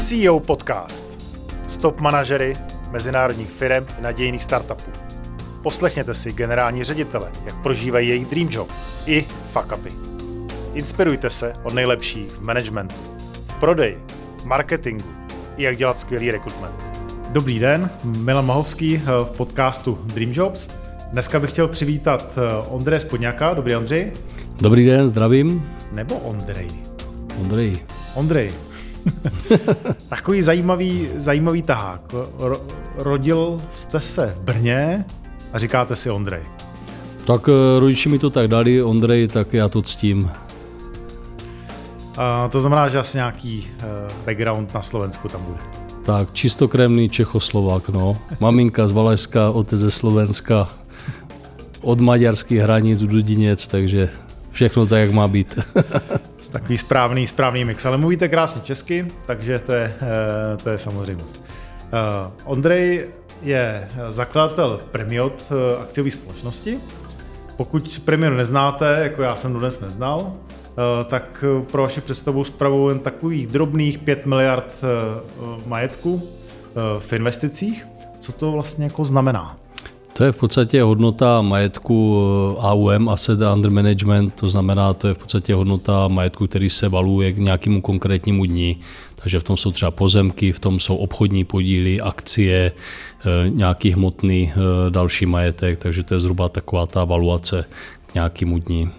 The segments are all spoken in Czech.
CEO Podcast. Stop manažery mezinárodních firem a nadějných startupů. Poslechněte si generální ředitele, jak prožívají jejich dream job i fuck upy. Inspirujte se od nejlepších v managementu, v prodeji, marketingu i jak dělat skvělý rekrutment. Dobrý den, Milan Mahovský v podcastu Dream Jobs. Dneska bych chtěl přivítat Ondreje Spodňáka. Dobrý, Ondřej. Dobrý den, zdravím. Nebo Ondrej? Ondrej. Takový zajímavý tahák. Rodil jste se v Brně a říkáte si Ondrej. Tak rodiči mi to tak dali, Ondrej, tak já to ctím. To znamená, že asi nějaký background na Slovensku tam bude. Tak, čistokrevný Čechoslovák, no. Maminka z Valašska, otec ze Slovenska, od maďarských hranic do Dudinec, takže všechno tak, jak má být. Takový správný mix, ale mluvíte krásně česky, takže to je samozřejmost. Ondrej je zakladatel Premiod akciové společnosti. Pokud Premiod neznáte, jako já jsem dodnes neznal, tak pro vaši představu spravuju jen takových drobných 5 miliard majetku v investicích. Co to vlastně jako znamená? To je v podstatě hodnota majetku AUM, Asset Under Management, to znamená, to je v podstatě hodnota majetku, který se valuje k nějakému konkrétnímu dni. Takže v tom jsou třeba pozemky, v tom jsou obchodní podíly, akcie, nějaký hmotný další majetek, takže to je zhruba taková ta valuace k nějakému dni.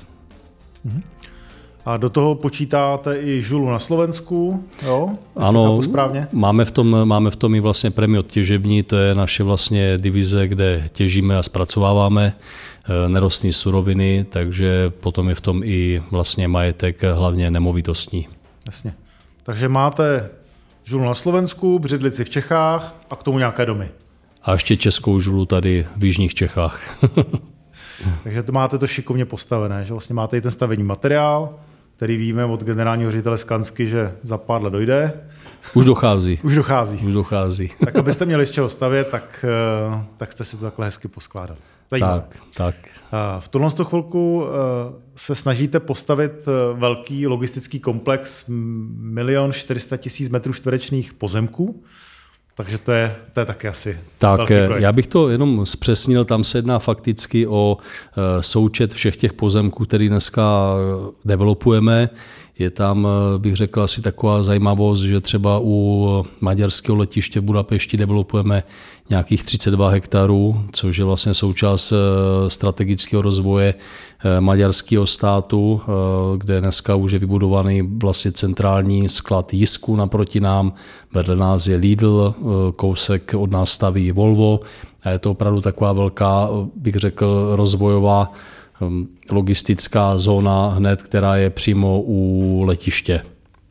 A do toho počítáte i žulu na Slovensku, jo? Ano, máme v tom i vlastně Premiod těžební, to je naše vlastně divize, kde těžíme a zpracováváme nerostné suroviny, takže potom je v tom i vlastně majetek hlavně nemovitostní. Jasně. Takže máte žulu na Slovensku, Břidlici v Čechách a k tomu nějaké domy. A ještě českou žulu tady v jižních Čechách. Takže to máte to šikovně postavené, že vlastně máte i ten stavební materiál, který víme od generálního ředitele Skansky, že za pár let dojde. Už dochází. Tak abyste měli z čeho stavět, tak jste si to takhle hezky poskládali. Zajímavé. Tak. V tuhle chvilku se snažíte postavit velký logistický komplex 1 400 000 metrů čtverečných pozemků. Takže to je taky asi velký projekt. Já bych to jenom zpřesnil, tam se jedná fakticky o součet všech těch pozemků, který dneska developujeme. Je tam, bych řekl, asi taková zajímavost, že třeba u maďarského letiště v Budapešti developujeme nějakých 32 hektarů, což je vlastně součást strategického rozvoje maďarského státu, kde dneska už je vybudovaný vlastně centrální sklad Jisku naproti nám. Vedle nás je Lidl, kousek od nás staví Volvo a je to opravdu taková velká, bych řekl, rozvojová logistická zóna hned, která je přímo u letiště.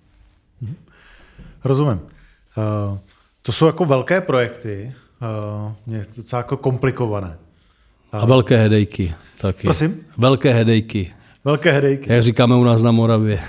Rozumím. To jsou jako velké projekty, je to docela jako komplikované. A velké hedejky taky. Prosím? Velké hedejky. Jak říkáme u nás na Moravě.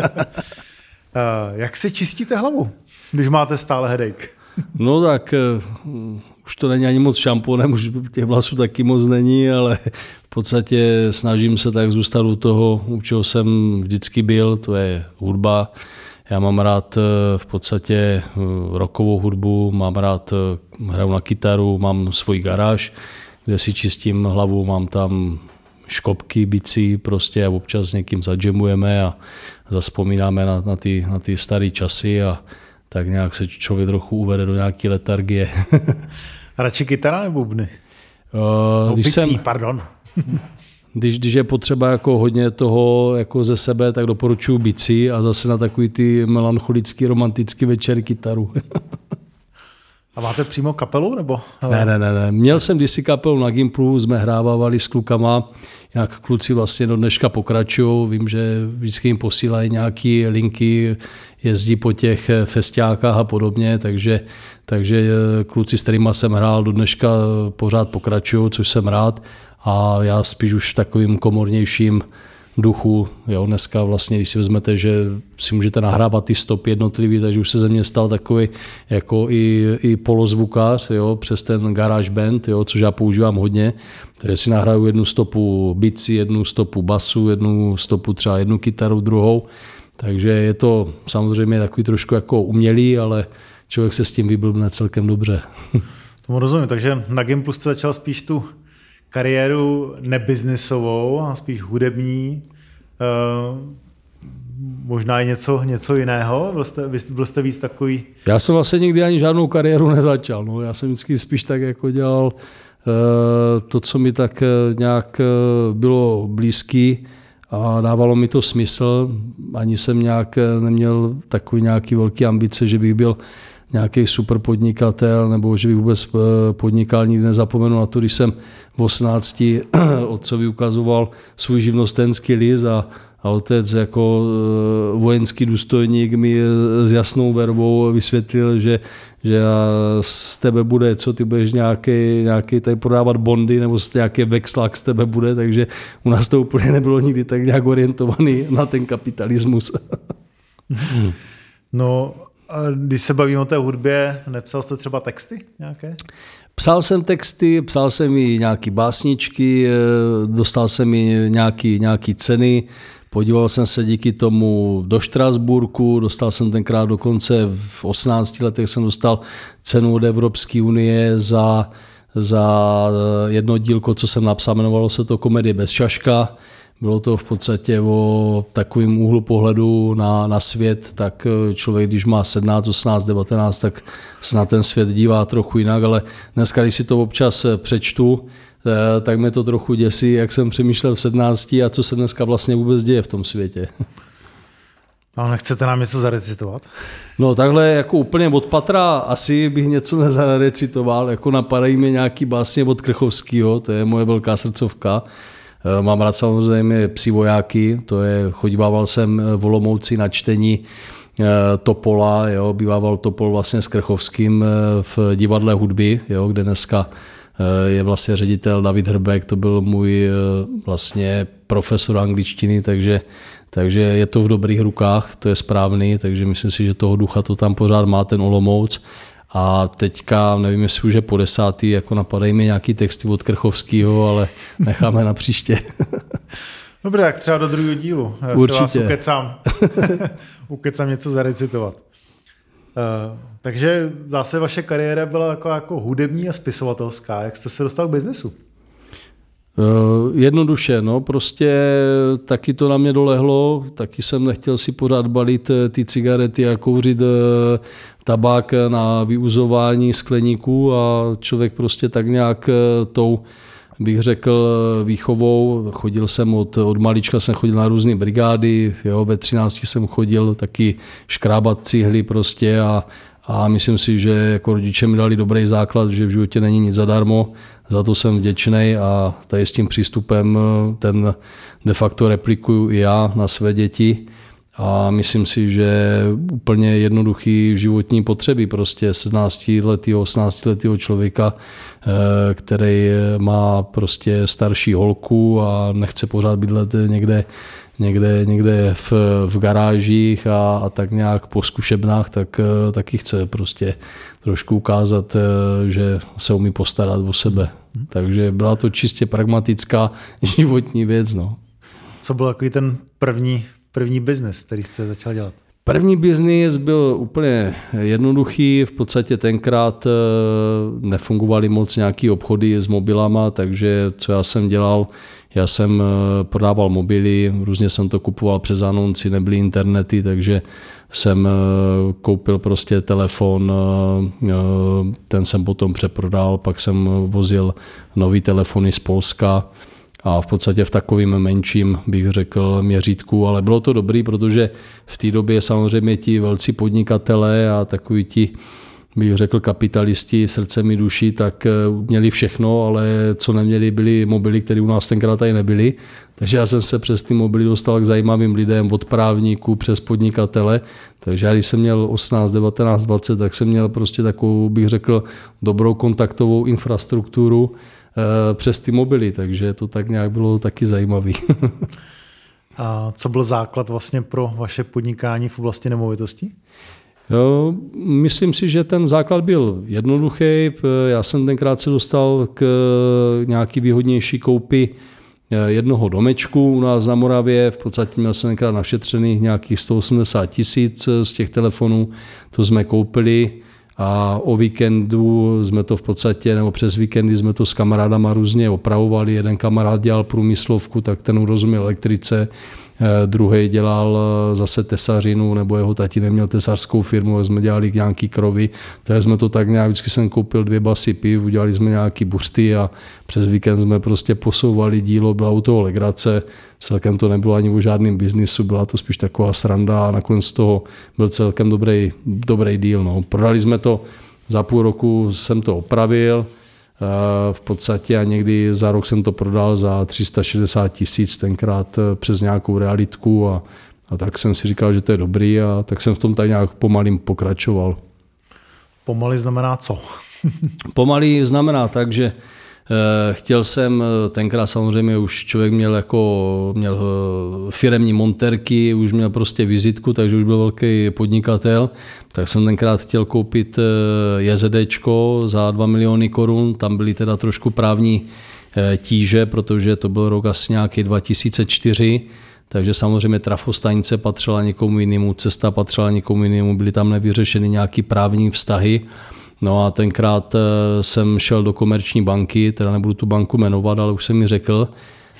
Jak si čistíte hlavu, když máte stále headache? No tak už to není ani moc šamponem, už těch vlasů taky moc není, ale v podstatě snažím se tak zůstat u toho, u čeho jsem vždycky byl, to je hudba. Já mám rád v podstatě rockovou hudbu, mám rád, hraju na kytaru, mám svůj garáž, kde si čistím hlavu, mám tam škopky, bicí prostě a občas s někým zadžemujeme a zazpomínáme na ty staré časy a tak nějak se člověk trochu uvede do nějaké letargie. Radši kytara nebo bubny? Pardon. Když je potřeba jako hodně toho jako ze sebe, tak doporučuji bicí a zase na takový ty melancholický, romantický večer kytaru. A máte přímo kapelu? Nebo? Ne. Měl jsem kdysi kapelu na Gimplu, jsme hrávávali s klukama, jak kluci vlastně do dneška pokračují. Vím, že vždycky jim posílají nějaké linky, jezdí po těch festiákách a podobně, takže kluci, s kterýma jsem hrál, do dneška pořád pokračují, což jsem rád. A já spíš už v takovým komornějším duchu. Jo, dneska vlastně, když si vezmete, že si můžete nahrávat ty stopy jednotlivý, takže už se ze mě stal takový jako i polozvukář, jo, přes ten GarageBand, jo, což já používám hodně. Takže si nahraju jednu stopu bicí, jednu stopu basu, jednu stopu třeba jednu kytaru, druhou. Takže je to samozřejmě takový trošku jako umělý, ale člověk se s tím vyblbne celkem dobře. Tomu rozumím, takže na Gimplu jste začal spíš tu kariéru nebiznisovou a spíš hudební. Možná i něco jiného? Byl jste víc takový? Já jsem vlastně nikdy ani žádnou kariéru nezačal. No. Já jsem vždycky spíš tak jako dělal to, co mi tak nějak bylo blízký a dávalo mi to smysl. Ani jsem nějak neměl takový nějaký velký ambice, že bych byl nějaký super podnikatel nebo že bych vůbec podnikal. Nikdy nezapomenu na to, když jsem v 18 otcovi ukazoval svůj živnostenský list a otec jako vojenský důstojník mi s jasnou vervou vysvětlil, že z tebe bude, co ty budeš nějaký tady prodávat bondy nebo nějaký vexlák z tebe bude, takže u nás to úplně nebylo nikdy tak nějak orientovaný na ten kapitalismus. No, a když se bavíme o té hudbě, nepsal jste třeba texty nějaké? Psal jsem texty, psal jsem i nějaký básničky, dostal jsem i nějaký ceny, podíval jsem se díky tomu do Štrasburku, dostal jsem tenkrát dokonce v 18 letech jsem dostal cenu od Evropské unie za jedno dílko, co jsem napsal, jmenovalo se to Komedie bez šaška. Bylo to v podstatě o takovým úhlu pohledu na svět, tak člověk, když má 17, 18, 19, tak se na ten svět dívá trochu jinak, ale dneska, když si to občas přečtu, tak mě to trochu děsí, jak jsem přemýšlel v 17 a co se dneska vlastně vůbec děje v tom světě. A nechcete nám něco zarecitovat? No takhle jako úplně od patra asi bych něco nezarecitoval, jako napadají mi nějaký básně od Krchovského, to je moje velká srdcovka. Mám rád samozřejmě Psi vojáky, chodíval jsem v Olomouci na čtení Topola, jo, bývával Topol vlastně s Krchovským v divadle hudby, jo, kde dneska je vlastně ředitel David Hrbek, to byl můj vlastně profesor angličtiny, takže je to v dobrých rukách, to je správný, takže myslím si, že toho ducha to tam pořád má ten Olomouc. A teďka, nevím, jestli už je po 10. jako napadají mi nějaký texty od Krchovského, ale necháme na příště. Dobře, tak třeba do druhého dílu. Já určitě. Se vás ukecám něco zarecitovat. Takže zase vaše kariéra byla jako hudební a spisovatelská. Jak jste se dostal k biznesu? Jednoduše, no, prostě taky to na mě dolehlo, taky jsem nechtěl si pořád balit ty cigarety a kouřit tabák na vyuzování skleníků a člověk prostě tak nějak tou, bych řekl, výchovou, chodil jsem od malička, jsem chodil na různé brigády, jo, ve 13 jsem chodil taky škrábat cihly prostě a myslím si, že jako rodiče mi dali dobrý základ, že v životě není nic zadarmo, za to jsem vděčný a tady s tím přístupem ten de facto replikuju i já na své děti a myslím si, že úplně jednoduchý životní potřeby prostě 17letého, 18letého člověka, který má prostě starší holku a nechce pořád bydlet někde v garážích a tak nějak po zkušebnách, tak taky chce prostě trošku ukázat, že se umí postarat o sebe. Takže byla to čistě pragmatická životní věc. No. Co byl takový ten první biznes, který jste začal dělat? První biznis byl úplně jednoduchý, v podstatě tenkrát nefungovaly moc nějaký obchody s mobilama, takže co já jsem dělal, já jsem prodával mobily, různě jsem to kupoval přes anonci, nebyly internety, takže jsem koupil prostě telefon, ten jsem potom přeprodal, pak jsem vozil nový telefony z Polska a v podstatě v takovým menším, bych řekl, měřítku, ale bylo to dobrý, protože v té době samozřejmě ti velcí podnikatelé a takový ti, bych řekl, kapitalisti srdcem i duší, tak měli všechno, ale co neměli, byly mobily, které u nás tenkrát tady nebyly. Takže já jsem se přes ty mobily dostal k zajímavým lidem, od právníků přes podnikatele. Takže já, když jsem měl 18, 19, 20, tak jsem měl prostě takovou, bych řekl, dobrou kontaktovou infrastrukturu přes ty mobily, takže to tak nějak bylo taky zajímavý. A co byl základ vlastně pro vaše podnikání v oblasti nemovitostí? Jo, myslím si, že ten základ byl jednoduchý. Já jsem tenkrát se dostal k nějaký výhodnější koupi jednoho domečku u nás na Moravě, v podstatě měl jsem tenkrát našetřených nějakých 180 000 z těch telefonů, to jsme koupili a o víkendu jsme to v podstatě, nebo přes víkendy jsme to s kamarádama různě opravovali. Jeden kamarád dělal průmyslovku, tak ten rozuměl elektrice, druhý dělal zase tesařinu, nebo jeho tatínek měl tesařskou firmu, jsme dělali nějaký krovy, takže jsme to tak nějak, vždycky jsem koupil 2 basy piv, udělali jsme nějaký buřty a přes víkend jsme prostě posouvali dílo, byla u toho legrace, celkem to nebylo ani o žádným biznisu, byla to spíš taková sranda a nakonec z toho byl celkem dobrý díl. No. Prodali jsme to, za půl roku jsem to opravil, v podstatě a někdy za rok jsem to prodal za 360 000 tenkrát přes nějakou realitku a tak jsem si říkal, že to je dobrý a tak jsem v tom tak nějak pomalým pokračoval. Pomalý znamená co? Pomalý znamená tak, že chtěl jsem, tenkrát samozřejmě už člověk měl firemní montérky, už měl prostě vizitku, takže už byl velký podnikatel, tak jsem tenkrát chtěl koupit JZDčko za 2 miliony korun, tam byly teda trošku právní tíže, protože to byl rok asi nějaký 2004, takže samozřejmě trafostanice patřila někomu jinému, cesta patřila někomu jinému, byly tam nevyřešeny nějaký právní vztahy. No a tenkrát jsem šel do Komerční banky, teda nebudu tu banku jmenovat, ale už jsem mi řekl.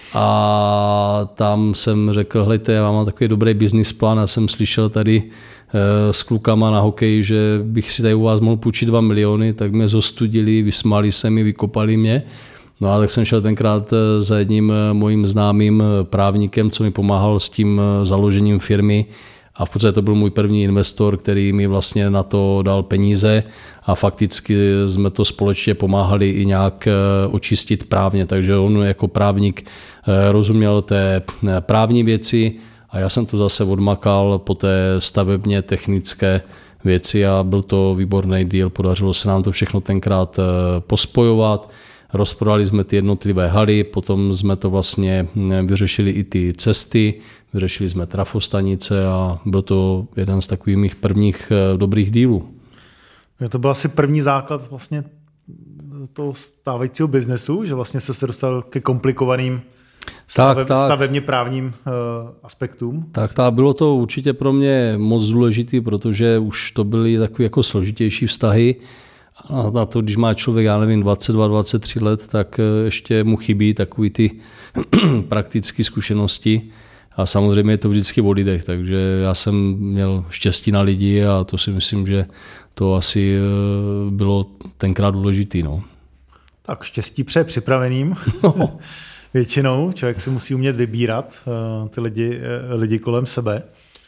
A tam jsem řekl, hejte, já mám takový dobrý business plán, já jsem slyšel tady s klukama na hokej, že bych si tady u vás mohl půjčit 2 miliony, tak mě zostudili, vysmáli se mi, vykopali mě. No a tak jsem šel tenkrát za jedním mojím známým právníkem, co mi pomáhal s tím založením firmy. A v podstatě to byl můj první investor, který mi vlastně na to dal peníze a fakticky jsme to společně pomáhali i nějak očistit právně. Takže on jako právník rozuměl té právní věci a já jsem to zase odmakal po té stavebně technické věci a byl to výborný deal. Podařilo se nám to všechno tenkrát pospojovat. Rozprodali jsme ty jednotlivé haly, potom jsme to vlastně vyřešili i ty cesty, vyřešili jsme trafostanice a byl to jeden z takových mých prvních dobrých dílů. To byl asi první základ vlastně toho stávajícího biznesu, že vlastně se dostal ke komplikovaným stavebně právním aspektům. Tak bylo to určitě pro mě moc důležitý, protože už to byly takové jako složitější vztahy. A na to, když má člověk, já nevím, 22-23 let, tak ještě mu chybí takový ty praktické zkušenosti. A samozřejmě je to vždycky o lidech, takže já jsem měl štěstí na lidi a to si myslím, že to asi bylo tenkrát důležitý. No. Tak štěstí přeje připraveným. No. Většinou člověk si musí umět vybírat ty lidi kolem sebe.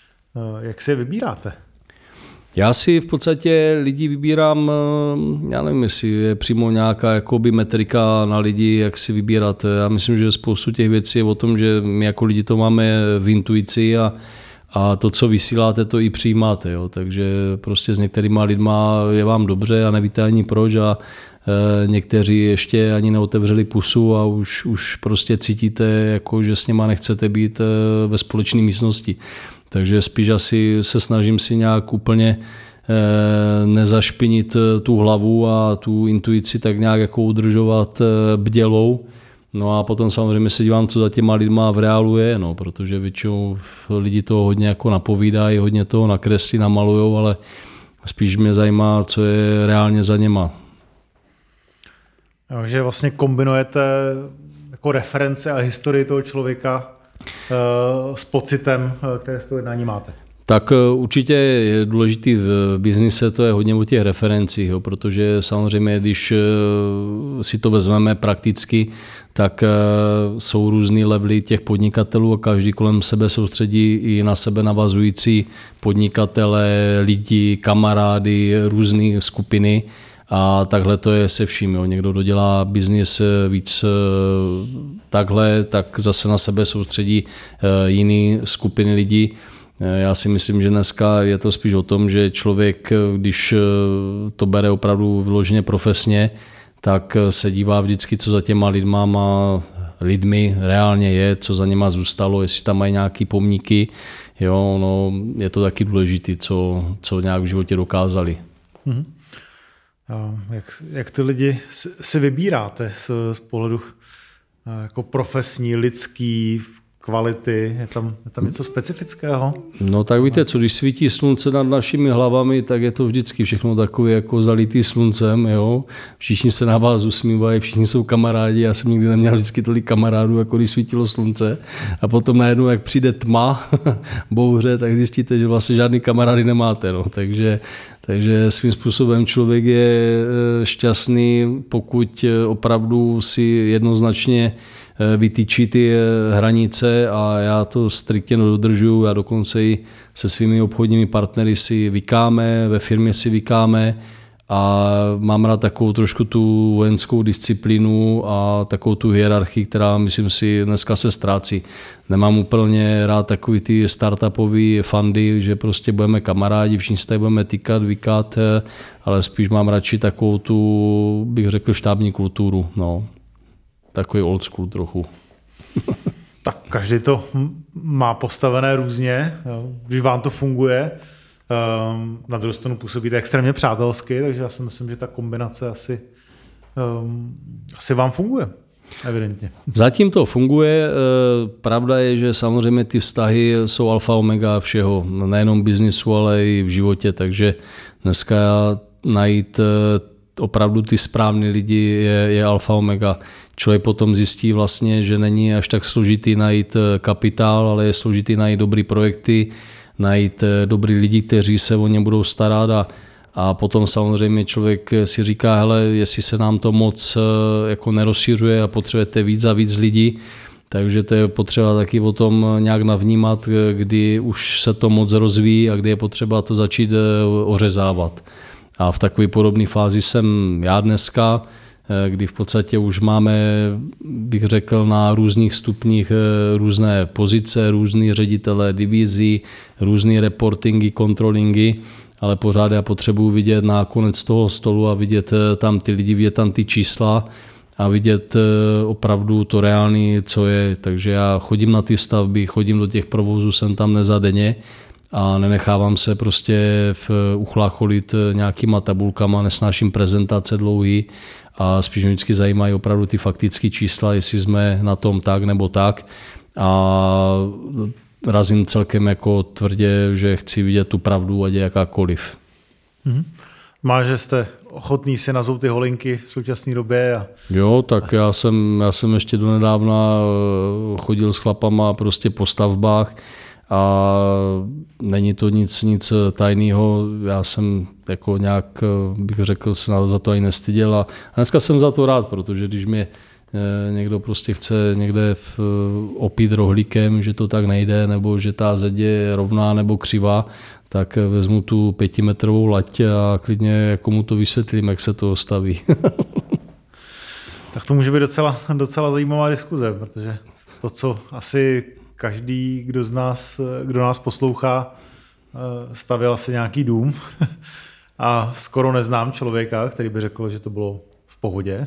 Jak si je vybíráte? Já si v podstatě lidi vybírám, já nevím, jestli je přímo nějaká jakoby metrika na lidi, jak si vybírat. Já myslím, že spoustu těch věcí je o tom, že my jako lidi to máme v intuici a to, co vysíláte, to i přijímáte. Jo. Takže prostě s některýma lidma je vám dobře a nevíte ani proč a někteří ještě ani neotevřeli pusu a už prostě cítíte, jako, že s nima nechcete být ve společné místnosti. Takže spíš asi se snažím si nějak úplně nezašpinit tu hlavu a tu intuici tak nějak jako udržovat bdělou. No a potom samozřejmě se dívám, co za těma lidma v reálu je, no, protože většinou lidi to hodně jako napovídají, hodně toho nakreslí, namalujou, ale spíš mě zajímá, co je reálně za něma. Jo, že vlastně kombinujete jako reference a historii toho člověka s pocitem, které z toho jednání máte. Tak určitě je důležitý v biznise, to je hodně o těch referencích, jo, protože samozřejmě, když si to vezmeme prakticky, tak jsou různý levely těch podnikatelů a každý kolem sebe soustředí i na sebe navazující podnikatele, lidi, kamarády, různé skupiny. A takhle to je se vším. Jo. Někdo dodělá biznis víc takhle, tak zase na sebe soustředí jiný skupiny lidí. Já si myslím, že dneska je to spíš o tom, že člověk, když to bere opravdu vyloženě profesně, tak se dívá vždycky, co za těma lidmi reálně je, co za něma zůstalo, jestli tam mají nějaký pomníky. Jo, no, je to taky důležité, co nějak v životě dokázali. Mm-hmm. Jak ty lidi si vybíráte z pohledu jako profesní, lidský, kvality, je tam něco specifického? No tak víte co, když svítí slunce nad našimi hlavami, tak je to vždycky všechno takové jako zalitý sluncem, jo. Všichni se na vás usmívají, všichni jsou kamarádi, já jsem nikdy neměl vždycky tolik kamarádů, jako když svítilo slunce. A potom najednou, jak přijde tma, bouře, tak zjistíte, že vlastně žádný kamarády nemáte, no. Takže svým způsobem člověk je šťastný, pokud opravdu si jednoznačně vytýčí ty hranice a já to striktně dodržuju. Já dokonce i se svými obchodními partnery si vykáme, ve firmě si vykáme a mám rád takovou trošku tu vojenskou disciplínu a takovou tu hierarchii, která myslím si dneska se ztrácí. Nemám úplně rád takový ty startupový fundy, že prostě budeme kamarádi, všichni se tady budeme týkat, vykat, ale spíš mám radši takovou tu, bych řekl, štábní kulturu. No. Takový old school trochu. Tak každý to má postavené různě, jo. Když vám to funguje, na druhou stranu působíte extrémně přátelsky, takže já si myslím, že ta kombinace asi vám funguje, evidentně. Zatím to funguje. Pravda je, že samozřejmě ty vztahy jsou alfa omega všeho, nejenom biznisu, ale i v životě, takže dneska najít opravdu ty správný lidi je alfa omega. Člověk potom zjistí vlastně, že není až tak složitý najít kapitál, ale je složitý najít dobrý projekty, najít dobrý lidi, kteří se o ně budou starat a potom samozřejmě člověk si říká, hele, jestli se nám to moc jako nerozšiřuje a potřebujete víc a víc lidí, takže to je potřeba taky potom nějak navnímat, kdy už se to moc rozvíjí a kdy je potřeba to začít ořezávat. A v takové podobné fázi jsem já dneska, kdy v podstatě už máme, bych řekl, na různých stupních různé pozice, různý ředitele divizí, různý reportingy, controllingy, ale pořád já potřebuji vidět na konec toho stolu a vidět tam ty lidi, vidět tam ty čísla a vidět opravdu to reálné, co je. Takže já chodím na ty stavby, chodím do těch provozů, jsem tam nezadenně a nenechávám se prostě uchlácholit nějakýma tabulkama, nesnáším prezentace dlouhý a spíš mě vždycky zajímají opravdu ty faktické čísla, jestli jsme na tom tak nebo tak a razím celkem jako tvrdě, že chci vidět tu pravdu, ať je jakákoliv. Máš, že jste ochotný si nazout ty holinky v současné době? Jo, tak já jsem ještě donedávna chodil s chlapama prostě po stavbách a není to nic tajného. Já jsem jako nějak, bych řekl, se za to ani nestyděl a dneska jsem za to rád, protože když mě někdo prostě chce někde opít rohlíkem, že to tak nejde, nebo že ta zeď je rovná nebo křivá, tak vezmu tu 5metrovou lať a klidně jako mu to vysvětlím, jak se to staví. Tak to může být docela zajímavá diskuze, protože to, co asi každý, kdo nás poslouchá, stavěl asi nějaký dům a skoro neznám člověka, který by řekl, že to bylo v pohodě.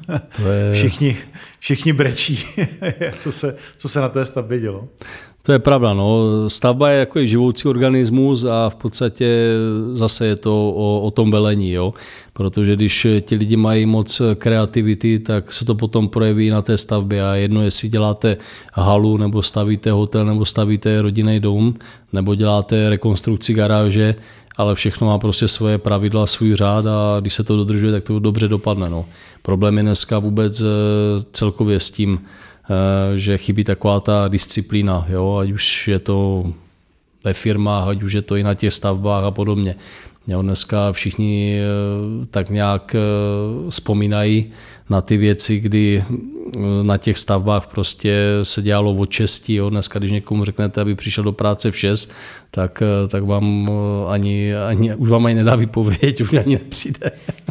Všichni brečí, co se na té stavbě dělo. To je pravda, no. Stavba je jako živoucí organismus a v podstatě zase je to o tom velení, jo. Protože když ti lidi mají moc kreativity, tak se to potom projeví na té stavbě a jedno, jestli děláte halu, nebo stavíte hotel, nebo stavíte rodinný dům, nebo děláte rekonstrukci garáže, ale všechno má prostě svoje pravidla, svůj řád a když se to dodržuje, tak to dobře dopadne, no. Problém je dneska vůbec celkově s tím, že chybí taková ta disciplína, jo? Ať už je to ve firmách, ať už je to i na těch stavbách a podobně. Jo? Dneska všichni tak nějak vzpomínají na ty věci, kdy na těch stavbách prostě se dělalo od 6. Jo? Dneska, když někomu řeknete, aby přišel do práce v 6, tak vám už vám ani nedá vypověď, už ani nepřijde.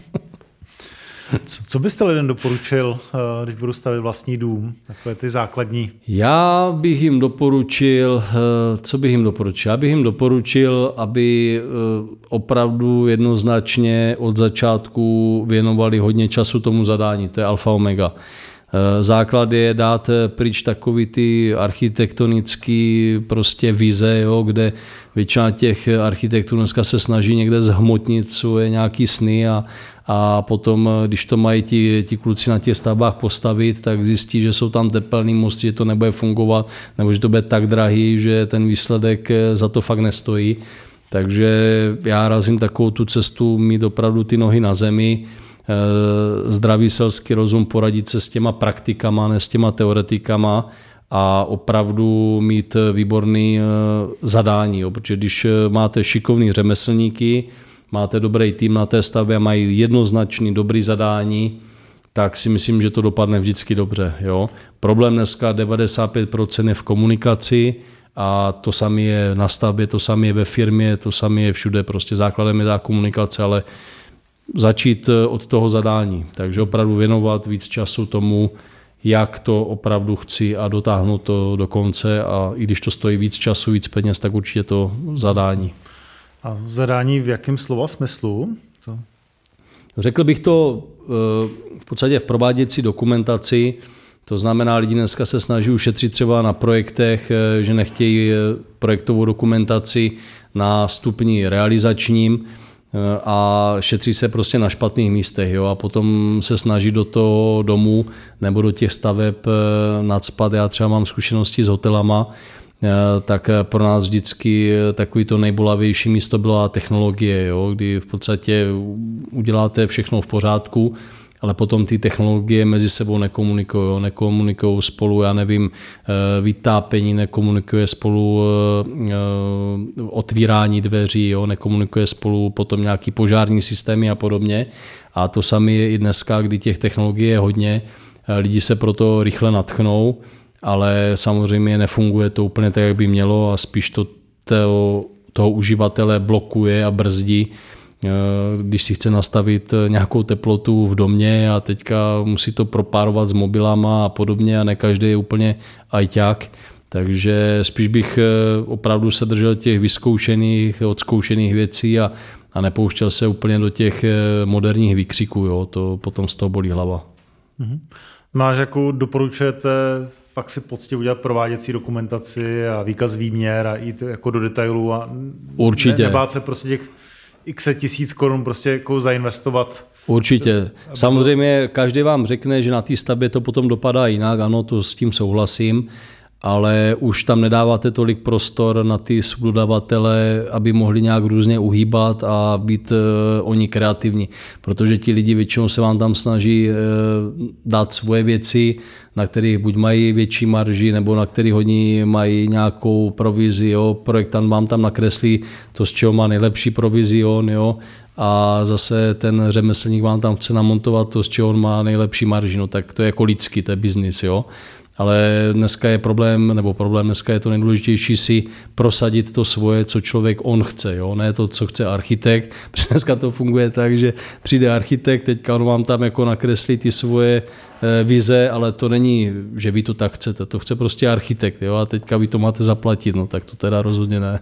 Co byste lidem doporučil, když budu stavit vlastní dům? Takové ty základní. Já bych jim doporučil, co bych jim doporučil? Já bych jim doporučil, aby opravdu jednoznačně od začátku věnovali hodně času tomu zadání. To je alfa omega. Základ je dát pryč takový ty architektonický prostě vize, jo, kde většina těch architektů dneska se snaží někde zhmotnit svoje nějaký sny a potom, když to mají ti kluci na těch stavbách postavit, tak zjistí, že jsou tam tepelný mosty, že to nebude fungovat, nebo že to bude tak drahý, že ten výsledek za to fakt nestojí. Takže já razím takovou tu cestu, mít opravdu ty nohy na zemi, zdravý selský rozum, poradit se s těma praktikama, ne s těma teoretikama a opravdu mít výborný zadání. Jo. Protože když máte šikovný řemeslníky, máte dobrý tým na té stavbě a mají jednoznačný dobrý zadání, tak si myslím, že to dopadne vždycky dobře. Jo. Problém dneska 95% je v komunikaci a to samé je na stavbě, to samé je ve firmě, to samé je všude. Prostě základem je ta komunikace, ale začít od toho zadání. Takže opravdu věnovat víc času tomu, jak to opravdu chci a dotáhnout to do konce a i když to stojí víc času, víc peněz, tak určitě to zadání. A zadání v jakém slova smyslu? Co? Řekl bych to v podstatě v prováděcí dokumentaci, to znamená, lidi dneska se snaží ušetřit třeba na projektech, že nechtějí projektovou dokumentaci na stupni realizačním a šetří se prostě na špatných místech. Jo? A potom se snaží do toho domu nebo do těch staveb nacpat. Já třeba mám zkušenosti s hotelama, tak pro nás vždycky takový to nejbolavější místo byla technologie, jo? Kdy v podstatě uděláte všechno v pořádku, ale potom ty technologie mezi sebou nekomunikují spolu, já nevím, vytápění nekomunikuje spolu, otvírání dveří, jo, nekomunikuje spolu potom nějaký požární systémy a podobně. A to samé je i dneska, kdy těch technologií je hodně, lidi se proto rychle nadchnou, ale samozřejmě nefunguje to úplně tak, jak by mělo a spíš to toho uživatele blokuje a brzdí, když si chce nastavit nějakou teplotu v domě a teďka musí to propárovat s mobilama a podobně a ne každý je úplně ajťák. Takže spíš bych opravdu se držel těch vyzkoušených, odzkoušených věcí a nepouštěl se úplně do těch moderních výkřiků. Jo. To potom z toho bolí hlava. Mm-hmm. Máš, jakou doporučujete fakt si poctivě udělat prováděcí dokumentaci a výkaz výměr a jít jako do detailů a určitě. Nebát se prostě těch x tisíc korun prostě jako zainvestovat. Určitě. Samozřejmě každý vám řekne, že na té stavbě to potom dopadá jinak, ano, to s tím souhlasím, ale už tam nedáváte tolik prostor na ty subdodavatele, aby mohli nějak různě uhýbat a být oni kreativní, protože ti lidi většinou se vám tam snaží dát svoje věci, na kterých buď mají větší marži, nebo na kterých oni mají nějakou provizi, jo. Projektant vám tam nakreslí to, z čeho má nejlepší provizion, jo. A zase ten řemeslník vám tam chce namontovat to, z čeho on má nejlepší marži, no tak to je jako lidský, to je biznis, jo. Ale dneska je problém dneska je to nejdůležitější si prosadit to svoje, co člověk on chce, jo? Ne to, co chce architekt. Dneska to funguje tak, že přijde architekt, teďka on vám tam jako nakreslí ty svoje vize, ale to není, že vy to tak chcete, to chce prostě architekt, jo? A teďka vy to máte zaplatit, no tak to teda rozhodně ne.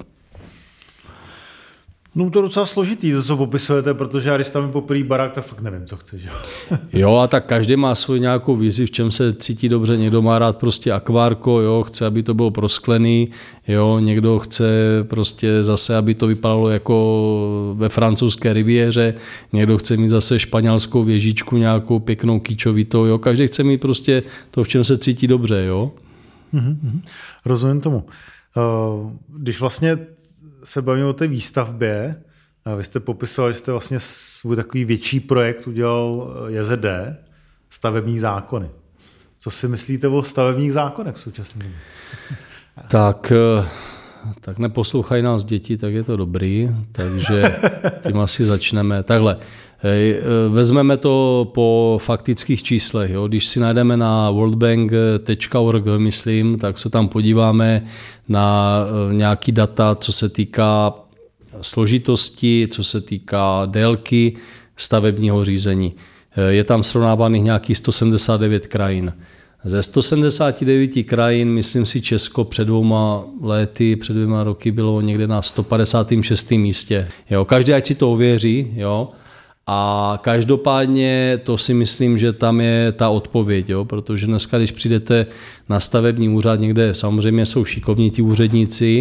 No to je docela složitý, to, co popisujete, protože já když stavím poprvé barák, tak fakt nevím, co chci. Že? Jo, a tak každý má svou nějakou vizi, v čem se cítí dobře. Někdo má rád prostě akvárko, jo, chce, aby to bylo prosklený, jo, někdo chce prostě zase, aby to vypadalo jako ve francouzské riviéře, někdo chce mít zase španělskou věžičku, nějakou pěknou kýčovitou, jo, každý chce mít prostě to, v čem se cítí dobře, jo. Rozumím tomu. Když vlastně se bavíme o té výstavbě, vy jste popisoval, že jste vlastně svůj takový větší projekt udělal JZD, stavební zákony. Co si myslíte o stavebních zákonech v současné době? Tak neposlouchají nás děti, tak je to dobrý, takže tím asi začneme. Takhle, vezmeme to po faktických číslech. Jo. Když si najdeme na worldbank.org, myslím, tak se tam podíváme na nějaký data, co se týká složitosti, co se týká délky stavebního řízení. Je tam srovnávaných nějakých 179 krajin. Ze 179 krajin, myslím si, Česko před 2 roky bylo někde na 156. místě. Jo, každý ať si to ověří, jo. A každopádně to si myslím, že tam je ta odpověď, jo? Protože dneska, když přijdete na stavební úřad, někde samozřejmě jsou šikovní ti úředníci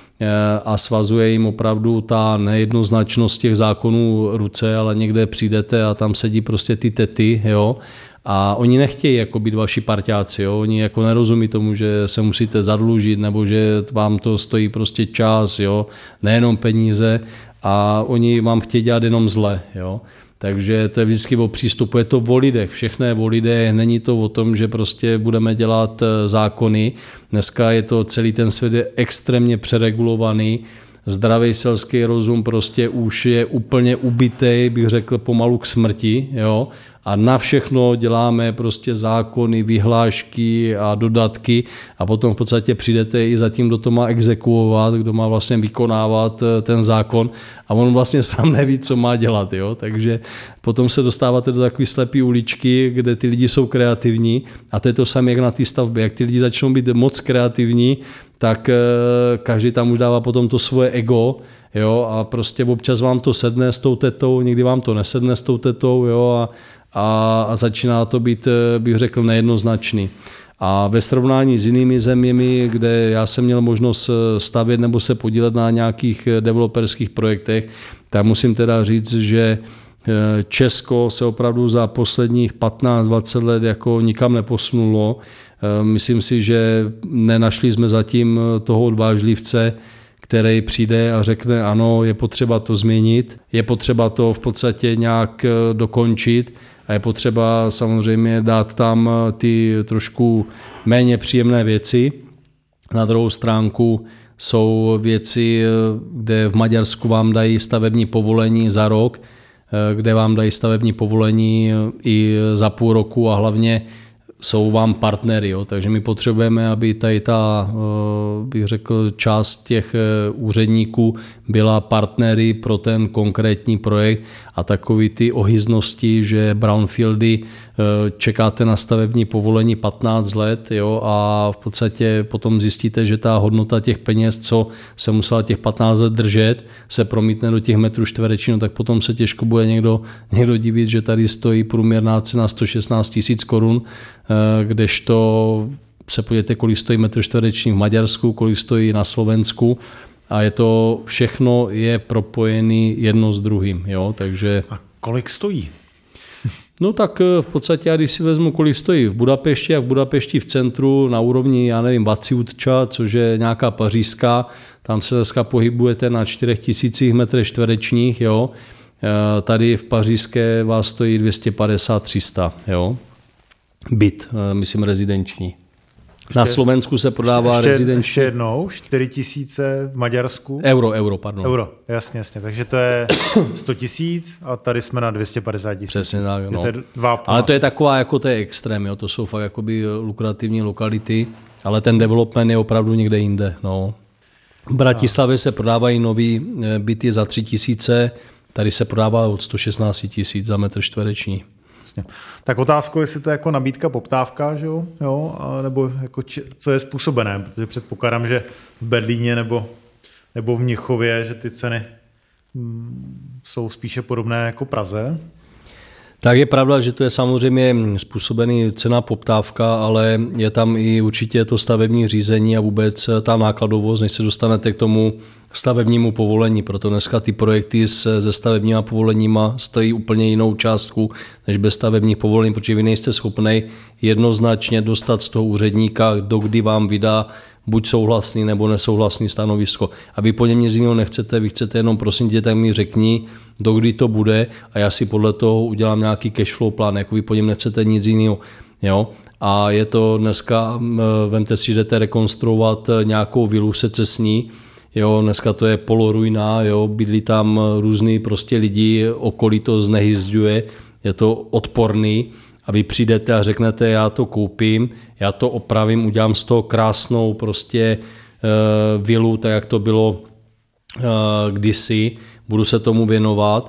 a svazuje jim opravdu ta nejednoznačnost těch zákonů ruce, ale někde přijdete a tam sedí prostě ty tety, jo? A oni nechtějí jako být vaši parťáci, jo? Oni jako nerozumí tomu, že se musíte zadlužit nebo že vám to stojí prostě čas, jo? Nejenom peníze, a oni vám chtějí dělat jenom zle. Jo? Takže to je vždycky o přístupu, je to o lidech, všechno je o lidech, není to o tom, že prostě budeme dělat zákony. Dneska je to, celý ten svět je extrémně přeregulovaný, zdravý selský rozum prostě už je úplně ubitej, bych řekl pomalu k smrti, jo? A na všechno děláme prostě zákony, vyhlášky a dodatky a potom v podstatě přijdete i za tím, kdo to má exekuovat, kdo má vlastně vykonávat ten zákon a on vlastně sám neví, co má dělat, jo? Takže potom se dostáváte do takové slepé uličky, kde ty lidi jsou kreativní a to je to samé jak na té stavbě, jak ty lidi začnou být moc kreativní, tak každý tam už dává potom to svoje ego, jo, a prostě občas vám to sedne s tou tetou, někdy vám to nesedne s tou tetou, jo, a začíná to být, bych řekl, nejednoznačný. A ve srovnání s jinými zeměmi, kde já jsem měl možnost stavět nebo se podílet na nějakých developerských projektech, tak musím teda říct, že Česko se opravdu za posledních 15-20 let jako nikam neposunulo. Myslím si, že nenašli jsme zatím toho odvážlivce, který přijde a řekne ano, je potřeba to změnit, je potřeba to v podstatě nějak dokončit a je potřeba samozřejmě dát tam ty trošku méně příjemné věci. Na druhou stránku jsou věci, kde v Maďarsku vám dají stavební povolení za rok, kde vám dají stavební povolení i za půl roku a hlavně jsou vám partnery, jo? Takže my potřebujeme, aby tady ta, bych řekl, část těch úředníků byla partnery pro ten konkrétní projekt a takový ty ohyznosti, že brownfieldy čekáte na stavební povolení 15 let, jo? A v podstatě potom zjistíte, že ta hodnota těch peněz, co se musela těch 15 let držet, se promítne do těch metrů čtverečních, no tak potom se těžko bude někdo divit, že tady stojí průměrná cena 116 000 korun, kdežto se podívejte, kolik stojí metr čtvereční v Maďarsku, kolik stojí na Slovensku a je to všechno je propojený jedno s druhým. Jo? Takže... A kolik stojí? No tak v podstatě, když si vezmu, kolik stojí v Budapešti a v Budapešti v centru na úrovni, já nevím, Vaciutča, což je nějaká pařížská, tam se dneska pohybujete na 4000 metrech čtverečních, jo? Tady v pařížské vás stojí 250-300, jo? Byt, myslím rezidenční. Na Slovensku se prodává rezidenční. Ještě jednou, 4000 v Maďarsku. Euro, pardon. Euro, jasně. Takže to je 100 000 a tady jsme na 250 000. Přesně tak, no. Ale to je taková, jako to je extrém, jo. To jsou fakt jakoby lukrativní lokality, ale ten development je opravdu někde jinde, no. V Bratislavě se prodávají nový byty za 3000, tady se prodává od 116 000 za metr čtvereční. Tak otázkou, jestli to je jako nabídka, poptávka, že jo? A nebo jako co je způsobené, protože předpokládám, že v Berlíně nebo v Mnichově, že ty ceny jsou spíše podobné jako Praze. Tak je pravda, že to je samozřejmě způsobený cena poptávka, ale je tam i určitě to stavební řízení a vůbec ta nákladovost, než se dostanete k tomu stavebnímu povolení. Proto dneska ty projekty se stavebníma povoleníma stojí úplně jinou částku než bez stavebních povolení, protože vy nejste schopný jednoznačně dostat z toho úředníka, dokdy vám vydá buď souhlasný nebo nesouhlasný stanovisko. A vy po něm nic jiného nechcete, vy chcete jenom prosím tě, tak mi řekni, dokdy to bude a já si podle toho udělám nějaký cashflow plán, jako vy po něm nechcete nic jiného. Jo? A je to dneska, vemte si, že jdete rekonstruovat nějakou vilu secesní, jo, dneska to je poloruina, jo, bydlí tam různý prostě lidi, okolí to znehyzďuje, je to odporný a vy přijdete a řeknete, já to koupím, já to opravím, udělám z toho krásnou prostě vilu, tak jak to bylo kdysi, budu se tomu věnovat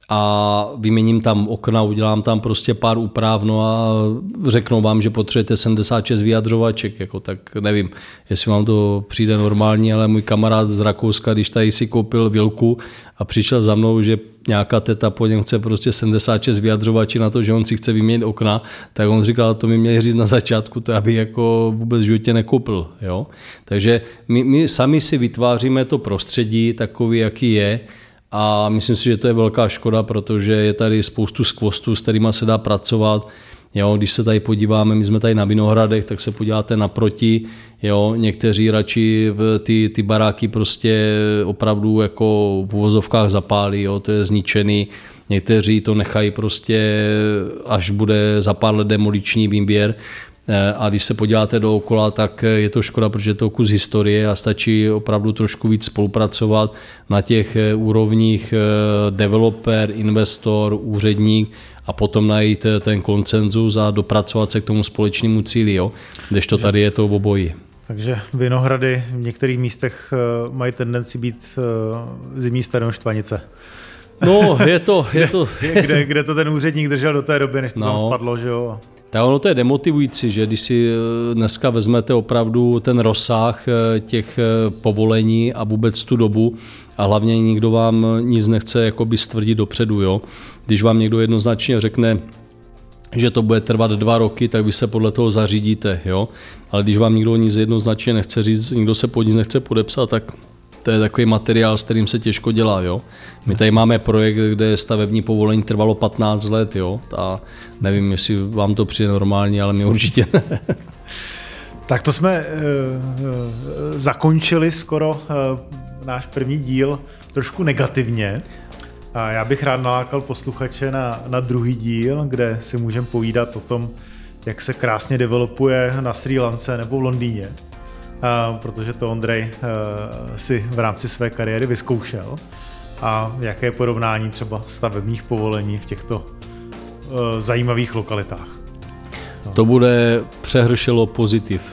a vyměním tam okna, udělám tam prostě pár úprav, no a řeknou vám, že potřebujete 76 vyjadřovaček, jako tak nevím, jestli vám to přijde normální, ale můj kamarád z Rakouska, když tady si koupil vilku a přišel za mnou, že nějaká teta po něm chce prostě 76 vyjadřovačí na to, že on si chce vyměnit okna, tak on říkal, to mi měli říct na začátku, to aby jako vůbec v životě nekoupil. Jo? Takže my sami si vytváříme to prostředí takový, jaký je, a myslím si, že to je velká škoda, protože je tady spoustu skvostů, s kterýma se dá pracovat. Jo, když se tady podíváme, my jsme tady na Vinohradech, tak se podíváte naproti, jo, někteří radši ty baráky prostě opravdu jako v uvozovkách zapálí, jo, to je zničený, někteří to nechají prostě, až bude za pár let demoliční výběr. A když se podíváte dookola, tak je to škoda, protože je to kus historie a stačí opravdu trošku víc spolupracovat na těch úrovních developer, investor, úředník a potom najít ten konsenzus a dopracovat se k tomu společnému cíli, jo? Kdežto tady je to v oboji. Takže Vinohrady v některých místech mají tendenci být zimní stadion Štvanice. No, je to. kde to ten úředník držel do té doby, než to tam spadlo, že jo? Tak ono to je demotivující, že když si dneska vezmete opravdu ten rozsah těch povolení a vůbec tu dobu a hlavně nikdo vám nic nechce jakoby stvrdit dopředu. Jo? Když vám někdo jednoznačně řekne, že to bude trvat 2 roky, tak vy se podle toho zařídíte. Jo? Ale když vám nikdo nic jednoznačně nechce říct, nikdo se pod nic nechce podepsat, tak to je takový materiál, s kterým se těžko dělá. Jo? My tady máme projekt, kde stavební povolení trvalo 15 let. Jo? A nevím, jestli vám to přijde normální, ale my určitě ne. Tak to jsme zakončili skoro náš první díl trošku negativně. A já bych rád nalákal posluchače na druhý díl, kde si můžeme povídat o tom, jak se krásně developuje na Srí Lance nebo v Londýně. Protože to Ondrej si v rámci své kariéry vyzkoušel. A jaké je porovnání třeba stavebních povolení v těchto zajímavých lokalitách. No. To bude přehršelo pozitiv.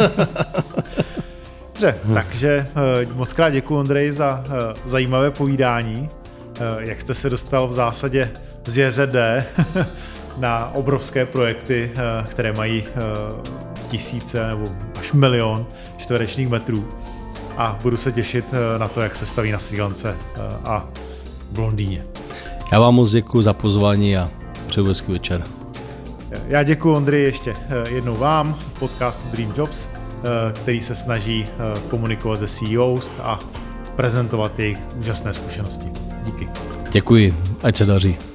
Dobře, takže moc krát děkuji, Ondrej, za zajímavé povídání. Jak jste se dostal v zásadě z JZD na obrovské projekty, které mají tisíce nebo až 1 000 000 čtverečních metrů. A budu se těšit na to, jak se staví na Srí Lance a v Londýně. Já vám moc děkuji za pozvání a přeju hezký večer. Já děkuji, Ondřej, ještě jednou vám v podcastu Dream Jobs, který se snaží komunikovat se CEOs a prezentovat jejich úžasné zkušenosti. Díky. Děkuji, ať se daří.